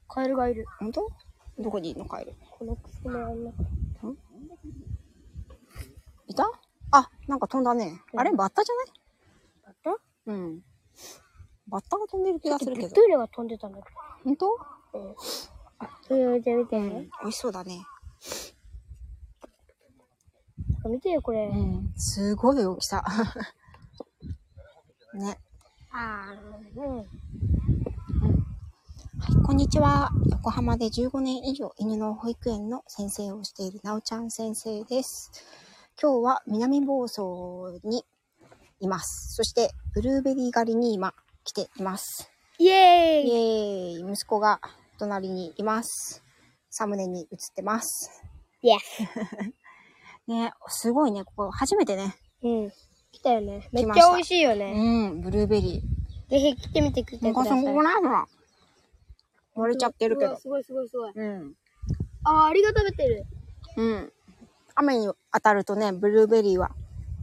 カエルがいる。 ほんと？どこにいるのカエル？ この靴のあんな。 いた？あ、なんか飛んだね。あれバッタじゃない？ バッタ？ うん。バッタが飛んでる気がするけど。 トイレが飛んでたんだけど。 ほんと？ うん。あ、トイレ見て見て。 美味しそうだね。 見てよ、これ。 うん。すごい大きさ。ね。はい、こんにちは。横浜で15年以上犬の保育園の先生をしているなおちゃん先生です。今日は南房総にいます。そしてブルーベリー狩りに今来ています。 イエーイ！ イエーイ！息子が隣にいます。サムネに映ってます。 イエス。 ね、すごいね。ここ初めてね。 うん。来たよね。めっちゃ美味しいよね。 うん、ブルーベリー。ぜひ来てみてください。 なんかすごくない？ほら。割れちゃってるけど。 すごいすごいすごい。 うん。 ありが食べてる。 うん。雨に当たるとね、ブルーベリーは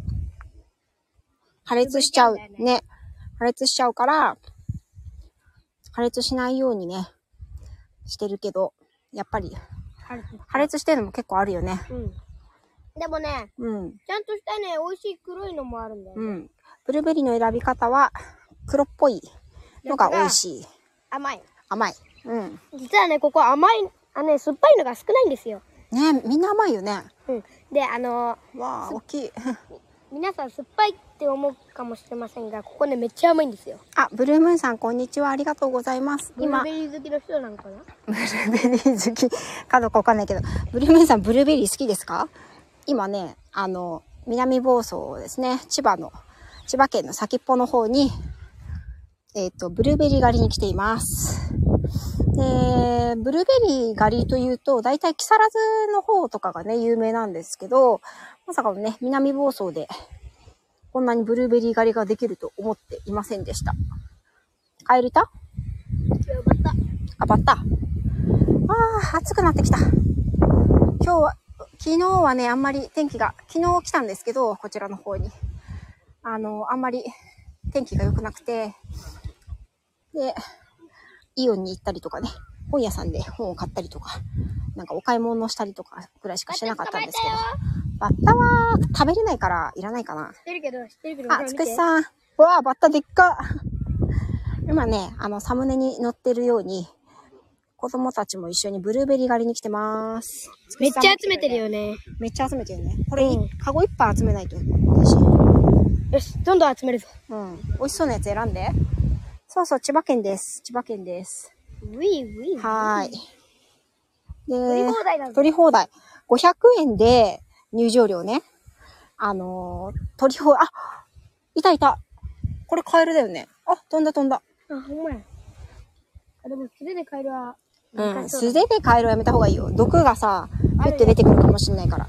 破裂しちゃう。ね。破裂しちゃうから、破裂しないようにね、してるけど、やっぱり、破裂してるのも結構あるよね。 うん。でもね、 うん。 ちゃんとしたね、美味しい黒いのもあるんだよね。 うん。ブルーベリーの選び方は、黒っぽいのが美味しい。 甘い。 甘い。うん。 実はね、ここ甘い、酸っぱいのが少ないんですよ。 ね、みんな甘いよね。 うん。で、 わあ、大きい。 皆さん酸っぱいって思うかもしれませんが、ここね、めっちゃ甘いんですよ。 あ、ブルームーンさん、こんにちは。ありがとうございます。 ブルーベリー好きの人なのかな？ ブルーベリー好きかどうかわかんないけど、ブルームーンさん、ブルーベリー好きですか？今ね、南房総ですね、千葉県の先っぽの方に、ブルーベリー狩りに来ています。で、ブルーベリー狩りというと、だいたい木更津の方とかがね、有名なんですけど、まさかのね、南房総で、こんなにブルーベリー狩りができると思っていませんでした。カエルいた？ バッタ。 あ、バッタ。暑くなってきた。昨日はね、あんまり天気が、昨日来たんですけど、こちらの方に。あんまり天気が良くなくて、で、イオンに行ったりとかね、本屋さんで本を買ったりとか、なんかお買い物したりとかぐらいしかしてなかったんですけど、バッタは食べれないからいらないかな。 知ってるけど。 あ、つくしさん。うわぁ、バッタでっか。今ね、サムネに載ってるように、子供たちも一緒にブルーベリー狩りに来てます。 めっちゃ集めてるよね。 めっちゃ集めてるね。これ、カゴ1杯集めないと。よし、どんどん集めるぞ。 うん。美味しそうなやつ選んで。そうそう、千葉県です。千葉県です。はーい。で、 取り放題なんだ。 取り放題。500円で入場料ね。いた。これカエルだよね。あ、飛んだ。 あ、ほんまや。でも素手でカエルは、 うん、素手でカエルはやめた方がいいよ。毒がさ、ピュッて出てくるかもしんないから。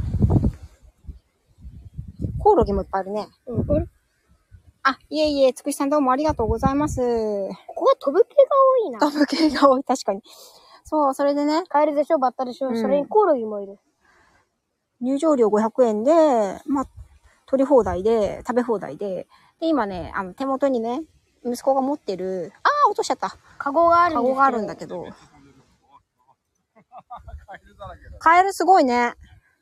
コオロギもいっぱいあるね。 うん。 あ、いえ、つくしさんどうもありがとうございます。 ここは飛ぶ系が多いな。 飛ぶ系が多い、確かに。そう、それでね。 カエルでしょ、バッタでしょ、それにコオロギもいる。 入場料500円で、まあ、取り放題で、食べ放題で、で、今ね、手元にね、息子が持ってる、落としちゃった。 カゴがあるんだけど。カエルすごいね。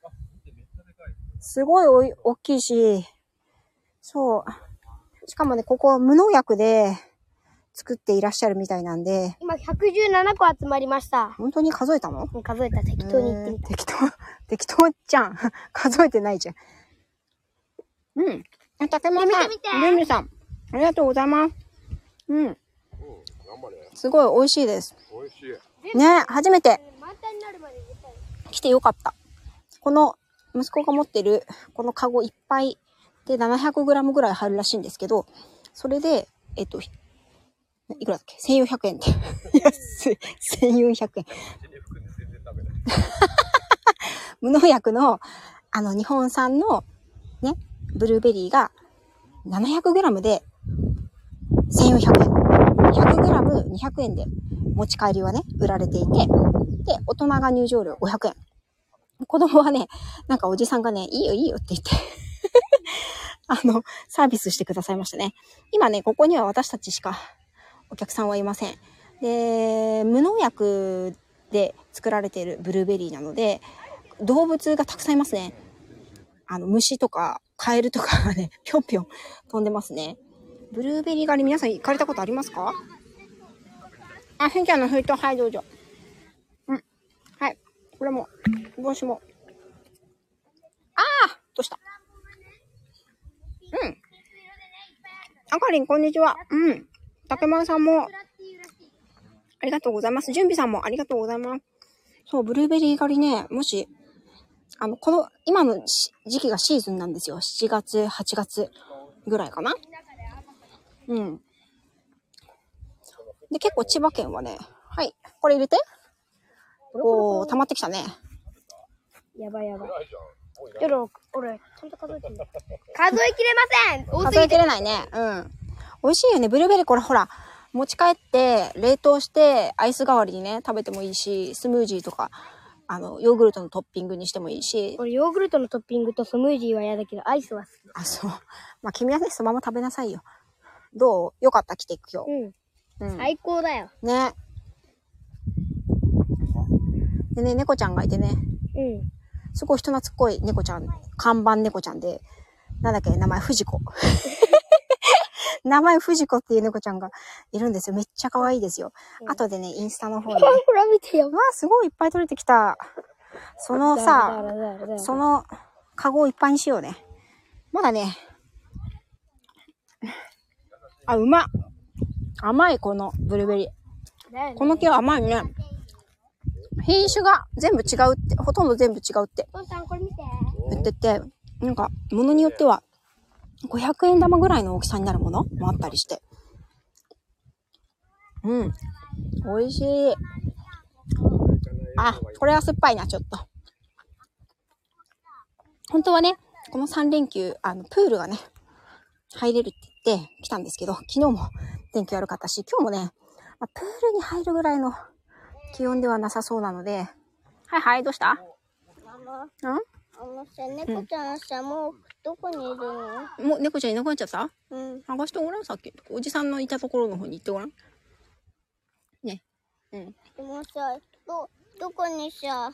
すごい大きいし、そう。しかもね、ここ無農薬で作っていらっしゃるみたいなんで。 今117個集まりました。 本当に数えたの？ 数えた。適当に言ってみた。 適当じゃん。数えてないじゃん。うん。竹間さん、ルミさん、ありがとうございます。うん。すごい美味しいです。美味しい。ね、初めて来てよかった。この息子が持ってるこのカゴいっぱいで 700g ぐらい入るらしいんですけど、それでいくらだっけ？ 1400 円って。安い。1400円。無農薬の日本産のね、ブルーベリーが 700g で1400円。100g200 円で持ち帰りはね、売られていて、で、大人が入場料500円。子供はね、なんかおじさんがね、いいよって言って、サービスしてくださいましたね。今ね、ここには私たちしかお客さんはいません。 で、無農薬で作られているブルーベリーなので、動物がたくさんいますね。虫とかカエルとかがね、ぴょんぴょん飛んでますね。ブルーベリー狩り皆さん行かれたことありますか？あ、ひんちゃんの封筒、はい、どうぞ。はい。これも、帽子も。どうした？あかりん、こんにちは。竹丸さんも、ありがとうございます。準備さんもありがとうございます。そう、ブルーベリー狩りね、もし、今の時期がシーズンなんですよ。7月、8月ぐらいかな。で、結構千葉県はね、はい、これ入れて。おー、溜まってきたね。 やばい。俺、ちゃんと数えてる。数えきれません。 数えきれないね。美味しいよね。ブルーベリーこれほら、持ち帰って、冷凍して、アイス代わりにね、食べてもいいし、スムージーとか、ヨーグルトのトッピングにしてもいいし。 俺、ヨーグルトのトッピングとスムージーは嫌だけど、アイスは好き。 あ、そう。まあ、君はね、そのまま食べなさいよ。どう？よかった、来て今日。 最高だよ。 ね。でね、猫ちゃんがいてね。すごい人懐っこい猫ちゃん、看板猫ちゃんで、なんだっけ、名前、藤子。名前、藤子っていう猫ちゃんがいるんですよ。めっちゃ可愛いですよ。後でね、インスタの方に、ね。 ほら見てよ。 すごいいっぱい取れてきた。そのさ、その、カゴをいっぱいにしようね。まだね、うまっ。甘い、このブルーベリー。この木は甘いね。品種が全部違うって、ほとんど全部違うって。 お父さんこれ見て。 言ってて、なんか、物によっては、500円玉ぐらいの大きさになるものもあったりして。美味しい。これは酸っぱいな、ちょっと。本当はね、この3連休、プールがね、入れるって言って来たんですけど、昨日も天気悪かったし、今日もね、プールに入るぐらいの気温ではなさそうなので、どうした？ ママ。さ、猫ちゃんさ、もうどこにいるの？ もう猫ちゃんいなくなっちゃった？探してごらん、さっき。おじさんのいたところの方に行ってごらん。ね。 でもさ、どこにさ、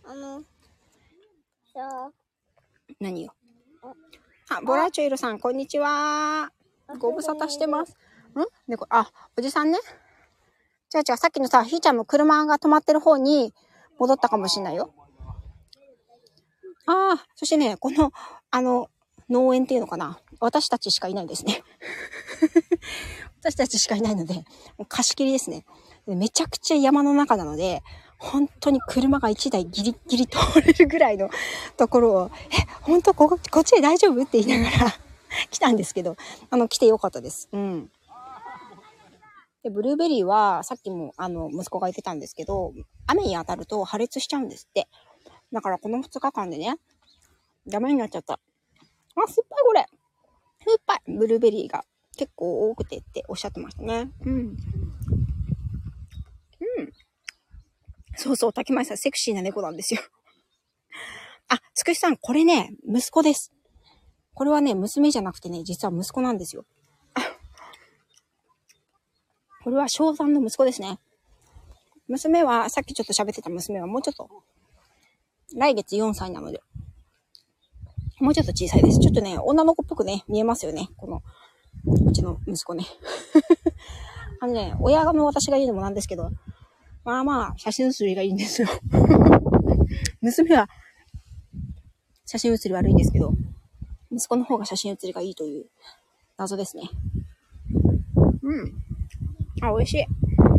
さ、 何よ。ボラチュールさん、こんにちは。ご無沙汰してます。猫、おじさんね。違う、さっきのさ、ひーちゃんの車が止まってる方に戻ったかもしんないよ。そしてね、この、農園っていうのかな。私たちしかいないですね。私たちしかいないので、もう貸し切りですね。めちゃくちゃ山の中なので、本当に車が1台ギリギリ通れるぐらいのところを、本当こっちで大丈夫って言いながら来たんですけど、来てよかったです。で、ブルーベリーは、さっきも、息子が言ってたんですけど、雨に当たると破裂しちゃうんですって。だからこの2日間でね、ダメになっちゃった。酸っぱいこれ。酸っぱい。ブルーベリーが結構多くてっておっしゃってましたね。そうそう、竹前さん、セクシーな猫なんですよ。つくしさん、これね、息子です。これはね、娘じゃなくてね、実は息子なんですよ。これは小3の息子ですね。娘は、さっきちょっと喋ってた娘はもうちょっと、来月4歳なので、もうちょっと小さいです。ちょっとね、女の子っぽくね、見えますよね。うちの息子ね。親の私が言うのもなんですけど、写真写りがいいんですよ。娘は、写真写り悪いんですけど、息子の方が写真写りがいいという謎ですね。美味しい。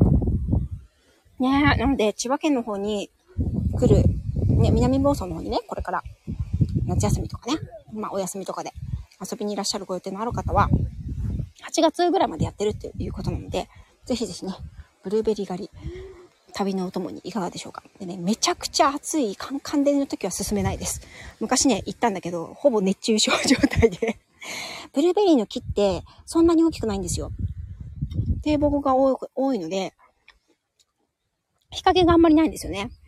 ねなので、千葉県の方に来る、ね、南房総の方にね、これから、夏休みとかね、お休みとかで遊びにいらっしゃるご予定のある方は、8月ぐらいまでやってるっていうことなので、ぜひぜひね、ブルーベリー狩り、旅のお供にいかがでしょうか。でね、めちゃくちゃ暑いカンカン照りの時は進めないです。昔ね、行ったんだけど、ほぼ熱中症状態で。ブルーベリーの木ってそんなに大きくないんですよ。低木が多いので、日陰があんまりないんですよね。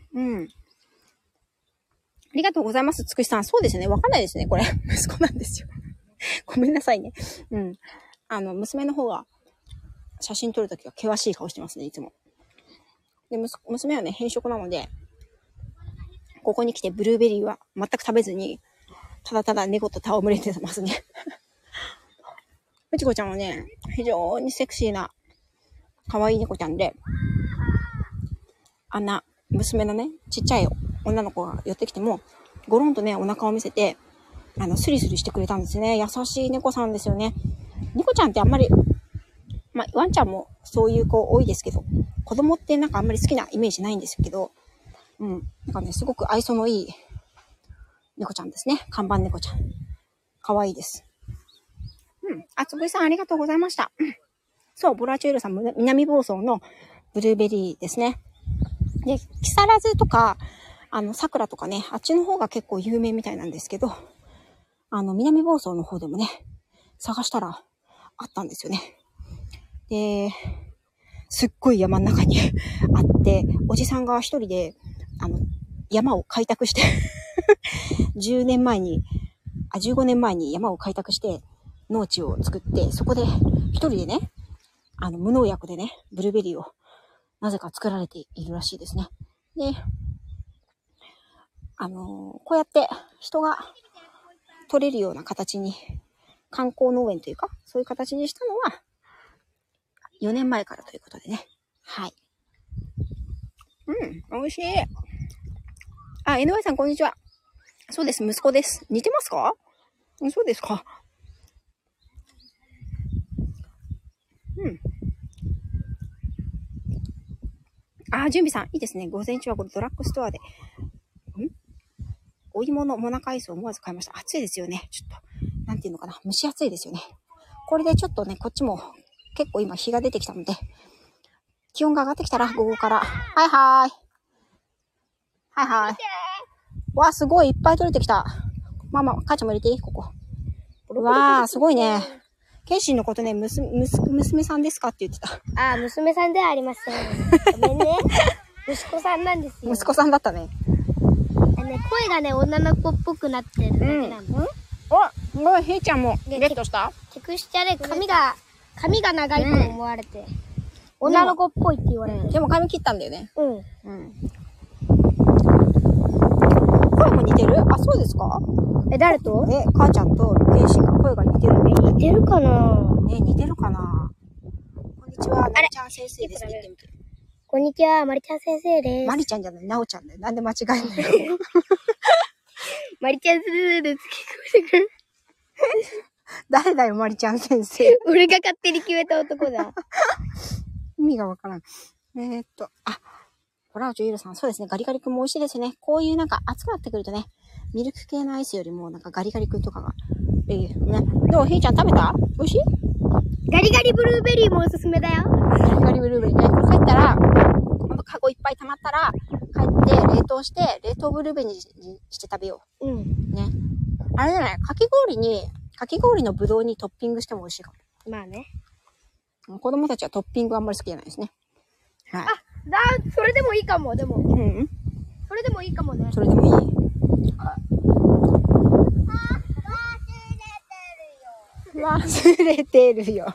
ありがとうございます、つくしさん。そうですね。わかんないですね。これ、息子なんですよ。ごめんなさいね。娘の方は、写真撮るときは険しい顔してますね、いつも。 で、娘はね、偏食なので、ここに来てブルーベリーは全く食べずに、ただただ猫と戯れてますね。うちこちゃんはね、非常にセクシーな、可愛い猫ちゃんで、あんな娘のね、ちっちゃい女の子が寄ってきても、ゴロンとね、お腹を見せて、スリスリしてくれたんですね。優しい猫さんですよね。猫ちゃんってあんまり、まあ、ワンちゃんもそういう子多いですけど、子供ってなんかあんまり好きなイメージないんですけど、なんかね、すごく愛想のいい猫ちゃんですね。看板猫ちゃん。可愛いです。あつぶいさんありがとうございました。そう、ボラチュールさん、南房総のブルーベリーですね。で、木更津とか、桜とかね、あっちの方が結構有名みたいなんですけど、南房総の方でもね、探したらあったんですよね。で、すっごい山の中にあって、おじさんが一人で、山を開拓して15年前に山を開拓して、農地を作って、そこで一人でね、無農薬でね、ブルーベリーをなぜか作られているらしいですね。で、こうやって人が取れるような形に、観光農園というか、そういう形にしたのは、4年前からということでね。はい。美味しい。あ、NY さんこんにちは。そうです、息子です。似てますか？そうですか。準備さん、いいですね。午前中はこれドラッグストアで。お芋のモナカアイスを思わず買いました。暑いですよね。ちょっと、なんていうのかな。蒸し暑いですよね。これでちょっとね、こっちも結構今日が出てきたので、気温が上がってきたら午後から。はいはい。わー、すごいいっぱい取れてきた。ママ、母ちゃんも入れていい？ここ。わー、すごいね。ケイシーのことね、娘さんですかって言ってた。 娘さんではありません。ごめんね。息子さんなんですよ。 息子さんだったね。 声がね、女の子っぽくなってるだけなんだ。 すごい、ひーちゃんもゲットした？ テクスチャで髪が長いと思われて、女の子っぽいって言われて。 でも髪切ったんだよね。 声も似てる？そうですか？ 誰と？ 母ちゃんとケイシーが声が似てるね。 似てるかな？ 似てるかな？こんにちは、なおちゃん先生です。言ってみて。 こんにちは、まりちゃん先生です。 まりちゃんじゃない、なおちゃんだよ。なんで間違えんのよ。 まりちゃん先生です。聞こえてくる。 誰だよ、まりちゃん先生。 俺が勝手に決めた男だ。 意味がわからん。ホラージュイールさん、そうですね。ガリガリ君も美味しいですね。こういうなんか暑くなってくるとね、ミルク系のアイスよりもなんかガリガリ君とかがいいね。どう？ひーちゃん食べた？美味しい？ ガリガリブルーベリーもおすすめだよ。 ガリガリブルーベリーね。帰ったら、カゴいっぱい溜まったら、帰って冷凍して、冷凍ブルーベリーにして食べよう。ね。あれじゃない？かき氷のブドウにトッピングしても美味しいかも。 まあね。 子供たちはトッピングあんまり好きじゃないですね。はい。 それでもいいかも、でも。それでもいいかもね。 それでもいい。忘れてるよ。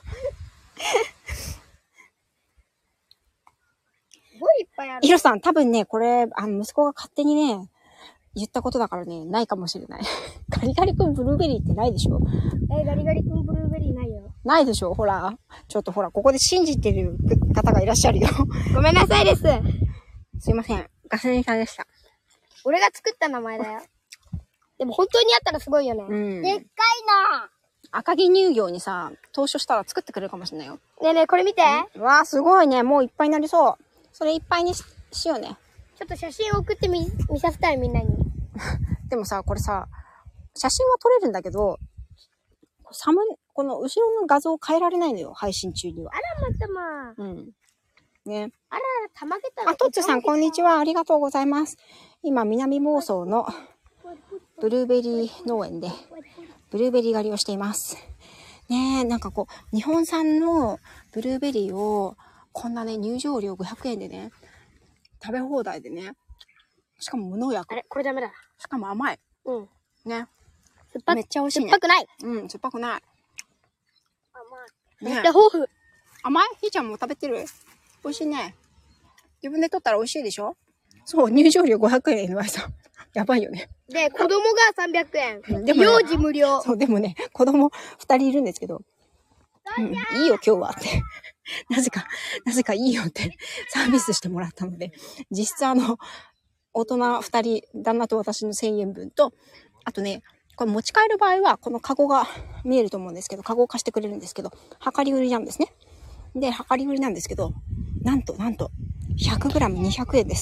すごいいっぱいある。 ヒロさん、多分ね、これ、息子が勝手にね、言ったことだからね、ないかもしれない。ガリガリ君ブルーベリーってないでしょ？ ガリガリ君ブルーベリーないよ。 ないでしょ？ほら。ちょっとほら、ここで信じてる方がいらっしゃるよ。 ごめんなさいです。 すいません。ガソリンさんでした。 俺が作った名前だよ。でも本当にあったらすごいよね。でっかいな。 赤城乳業にさ、投書したら作ってくれるかもしれないよ。 ねえねえ、これ見て。 わー、すごいね。もういっぱいになりそう。それいっぱいに しようね。 ちょっと写真送って見させたい、みんなに。 でもさ、これさ、写真は撮れるんだけど、この後ろの画像を変えられないのよ、配信中には。 あら、またまあ。 ね。 あら、たまげたら。 トッツさん、こんにちは。ありがとうございます。今、南房総のブルーベリー農園で、ブルーベリー狩りをしています。ねえ、なんかこう、日本産のブルーベリーを、こんなね、入場料500円でね、食べ放題でね、しかも無農薬。 あれ、これダメだ。 しかも甘い。ね。めっちゃ美味しいね。 酸っぱくない。 酸っぱくない。 甘い。めっちゃ豊富。 甘い？ひーちゃんも食べてる？美味しいね。 自分で取ったら美味しいでしょ？そう、入場料500円 NY さん。やばいよね。 で、子供が300円。 でもね幼児無料。 そう、でもね、子供2人いるんですけど、いいよ今日はって。なぜかいいよってサービスしてもらったので、実質大人2人、旦那と私の1000円分と、あとね、これ持ち帰る場合は、このカゴが見えると思うんですけど、カゴを貸してくれるんですけど、量り売りなんですね。で、量り売りなんですけど、なんと、100g200 円です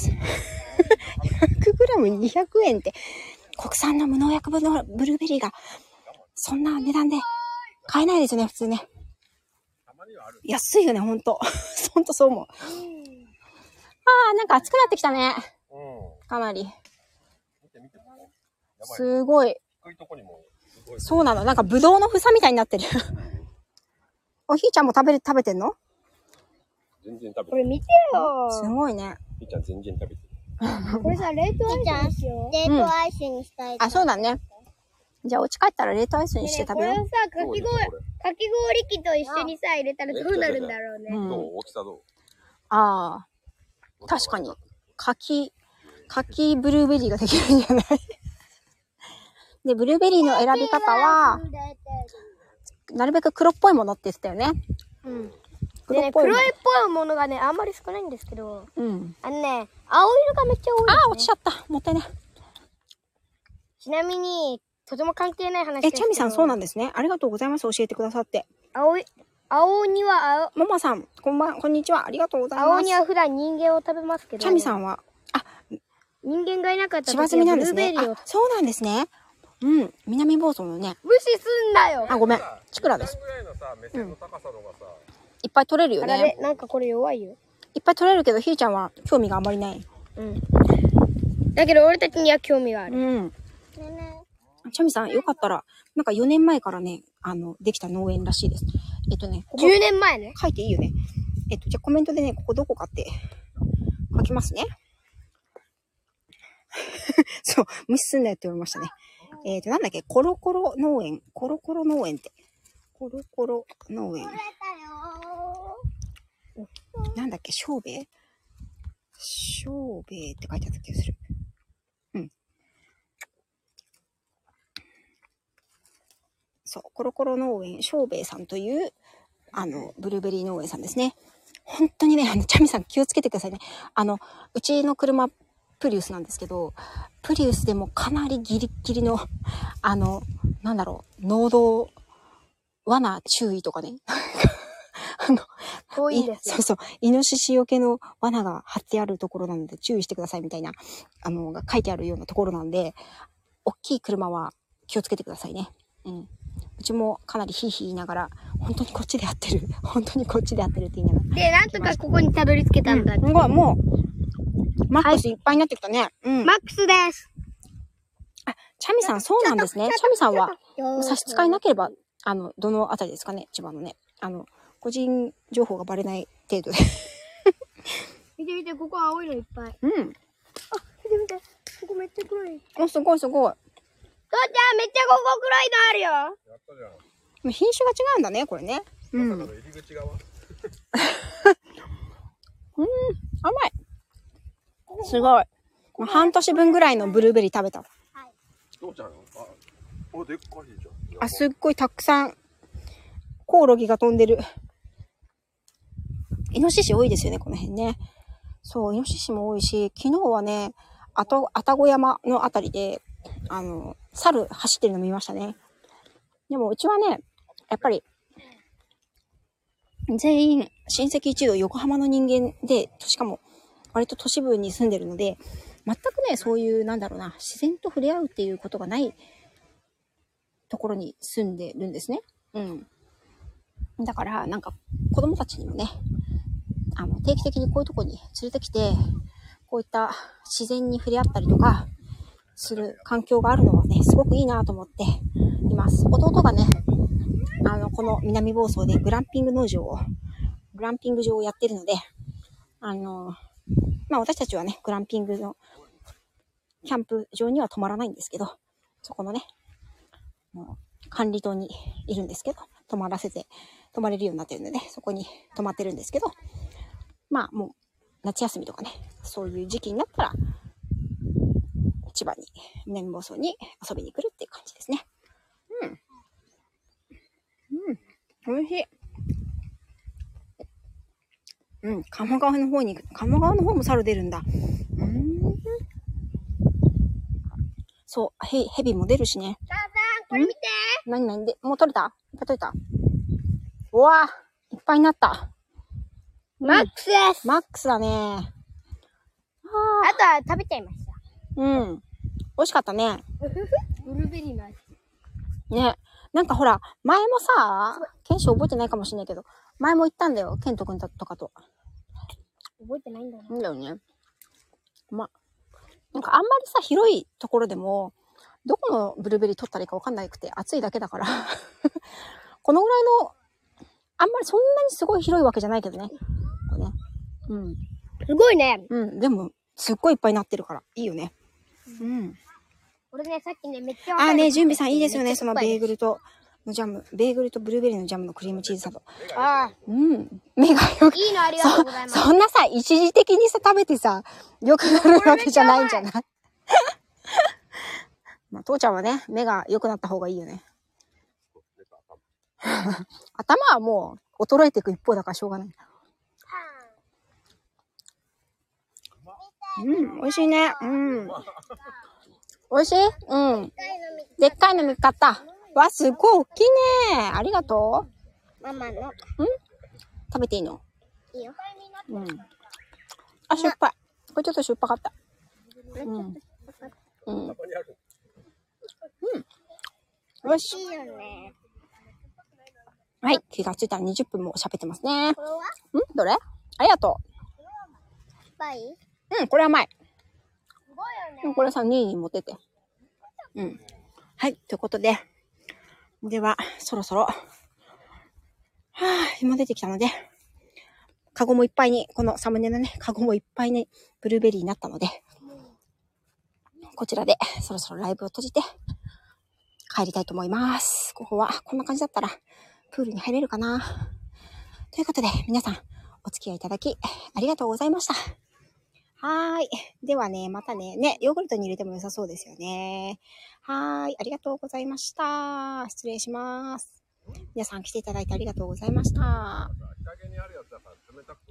。100g200 円って、国産の無農薬ブルーベリーが、そんな値段で買えないですよね、普通ね。安いよね、ほんと。ほんとそう思う。なんか暑くなってきたね。かなり。すごい。そうなの。なんかブドウの房みたいになってる。おひーちゃんも食べてんの？ 全然食べてる。 これ見てよ。 すごいね。 ひーちゃん全然食べてる。 これさ、冷凍アイスにしよう。 冷凍アイスにしたい。 あ、そうだね。じゃあ、お家帰ったら冷凍アイスにして食べよう。 これをさ、かき氷機と一緒にさ、入れたらどうなるんだろうね。 うんどう？大きさどう？ ああ、確かに。柿ブルーベリーができるんじゃない？で、ブルーベリーの選び方は、なるべく黒っぽいものって言ってたよね。 うん。 黒っぽいもの。 黒いっぽいものがね、あんまり少ないんですけど、 うん。 青色がめっちゃ多いです、ね。 落ちちゃった。もったいない。 ちなみに、とても関係ない話ですけど。 チャミさんそうなんですね。ありがとうございます。教えてくださって。 青鬼はママさん、こんにちは。ありがとうございます。 青鬼は普段人間を食べますけど。 チャミさんは、 人間がいなかった時は千葉住みなんですね。 ブルーベリーをそうなんですね。うん。南房総のね。 無視すんなよ。 ごめん。チクラです。いっぱい取れるよね。 あれ、なんかこれ弱いよ。 いっぱい取れるけど、ひーちゃんは興味があまりない。 うん。だけど俺たちには興味がある。 うん。チャミさん、よかったら、なんか4年前からね、できた農園らしいです。ここ 10年前ね。 書いていいよね。じゃあコメントでね、ここどこかって書きますね。そう、無視すんなよって言われましたね。なんだっけ、コロコロ農園って。コロコロ農園。なんだっけ、小兵衛って書いてあった気がする。うん。そう、コロコロ農園、小兵衛さんという、ブルーベリー農園さんですね。本当にね、チャミさん気をつけてくださいね。うちの車、プリウスなんですけど、プリウスでもかなりギリギリの、農道、罠注意とかね。 遠いんですよ。 そうそう。イノシシよけの罠が張ってあるところなので注意してくださいみたいな、が書いてあるようなところなんで、大きい車は気をつけてくださいね。うん。うちもかなりヒーヒー言いながら、本当にこっちでやってるって言いながら。 で、なんとかここにたどり着けたんだ。 もう、マックスいっぱいになってきたね。うん。 マックスです。 チャミさん、そうなんですね。チャミさんは、差し支えなければ、どのあたりですかね、千葉のね。個人情報がバレない程度で。 見て、ここ青いのいっぱい。 うん。 見て。ここめっちゃ黒い。 すごい。父ちゃん、めっちゃここ黒いのあるよ。 やったじゃん。 品種が違うんだね、これね。うん。 入り口側。 甘い。すごい。半年分ぐらいのブルーベリー食べた。 父ちゃん、でっかいじゃん。 すっごいたくさん、コオロギが飛んでる。イノシシ多いですよね、この辺ね。そう、イノシシも多いし、昨日はね、愛宕山のあたりで、猿走ってるの見ましたね。でもうちはね、やっぱり、全員親戚一同横浜の人間で、しかも割と都市部に住んでるので、全くね、そういう自然と触れ合うっていうことがないところに住んでるんですね。うん。だから、子供たちにもね、定期的にこういうとこに連れてきて、こういった自然に触れ合ったりとか、する環境があるのはね、すごくいいなと思っています。弟がね、この南房総でグランピング場をやってるので、私たちはね、グランピングのキャンプ場には泊まらないんですけど、そこのね、もう管理棟にいるんですけど、泊まれるようになってるので、そこに泊まってるんですけど、もう夏休みとかね、そういう時期になったら、千葉に、南房総に遊びに来るっていう感じですね。美味しい。鴨川の方に行く。鴨川の方も猿出るんだ。そう、ヘビも出るしね。 母さん、これ見て。 何で、もう取れた？いっぱい取れた？うわー、いっぱいになった。 マックスです。 マックスだね。 あとは食べちゃいました。 美味しかったね。 ブルーベリーの味。 ね。なんかほら、前もさ、ケンシ覚えてないかもしれないけど、前も行ったんだよ、ケント君とかと。 覚えてないんだな。 なんだよね。なんかあんまりさ、広いところでも、どこのブルーベリー取ったらいいかわかんなくて、暑いだけだから。このぐらいの、あんまりそんなにすごい広いわけじゃないけどね。これね。 すごいね。 でも、すっごいいっぱいになってるから、いいよね。 俺ね、さっきね、めっちゃね、準備さんいいですよね、そのベーグルとのジャム。ベーグルとブルーベリーのジャムのクリームチーズサンド。目がよく。 いいのありがとうございます。 そんなさ、一時的にさ、食べてさ、良くなるわけじゃないんじゃない？父ちゃんはね、目が良くなった方がいいよね。頭はもう衰えていく一方だからしょうがない。美味しいね。美味しい？でっかいの見つかった。わ、すごい大きいね。ありがとママの。 食べていいの？ いいよ。 あ、しょっぱい。これちょっとしょっぱかった。よし。 いいよね。 はい。気がついたら20分も喋ってますね。 これは？ どれ？ありがとスパイ？ う。これ甘い。 すごいよね。 これさ、2位に持ってて。はい。ということで。では、そろそろ。今出てきたので、カゴもいっぱいに、このサムネのね、カゴもいっぱいにブルーベリーになったので、こちらでそろそろライブを閉じて帰りたいと思います。ここはこんな感じだったらプールに入れるかな。ということで皆さんお付き合いいただきありがとうございました。ではね、またね、ヨーグルトに入れても良さそうですよね。ありがとうございました。失礼します。皆さん来ていただいてありがとうございました。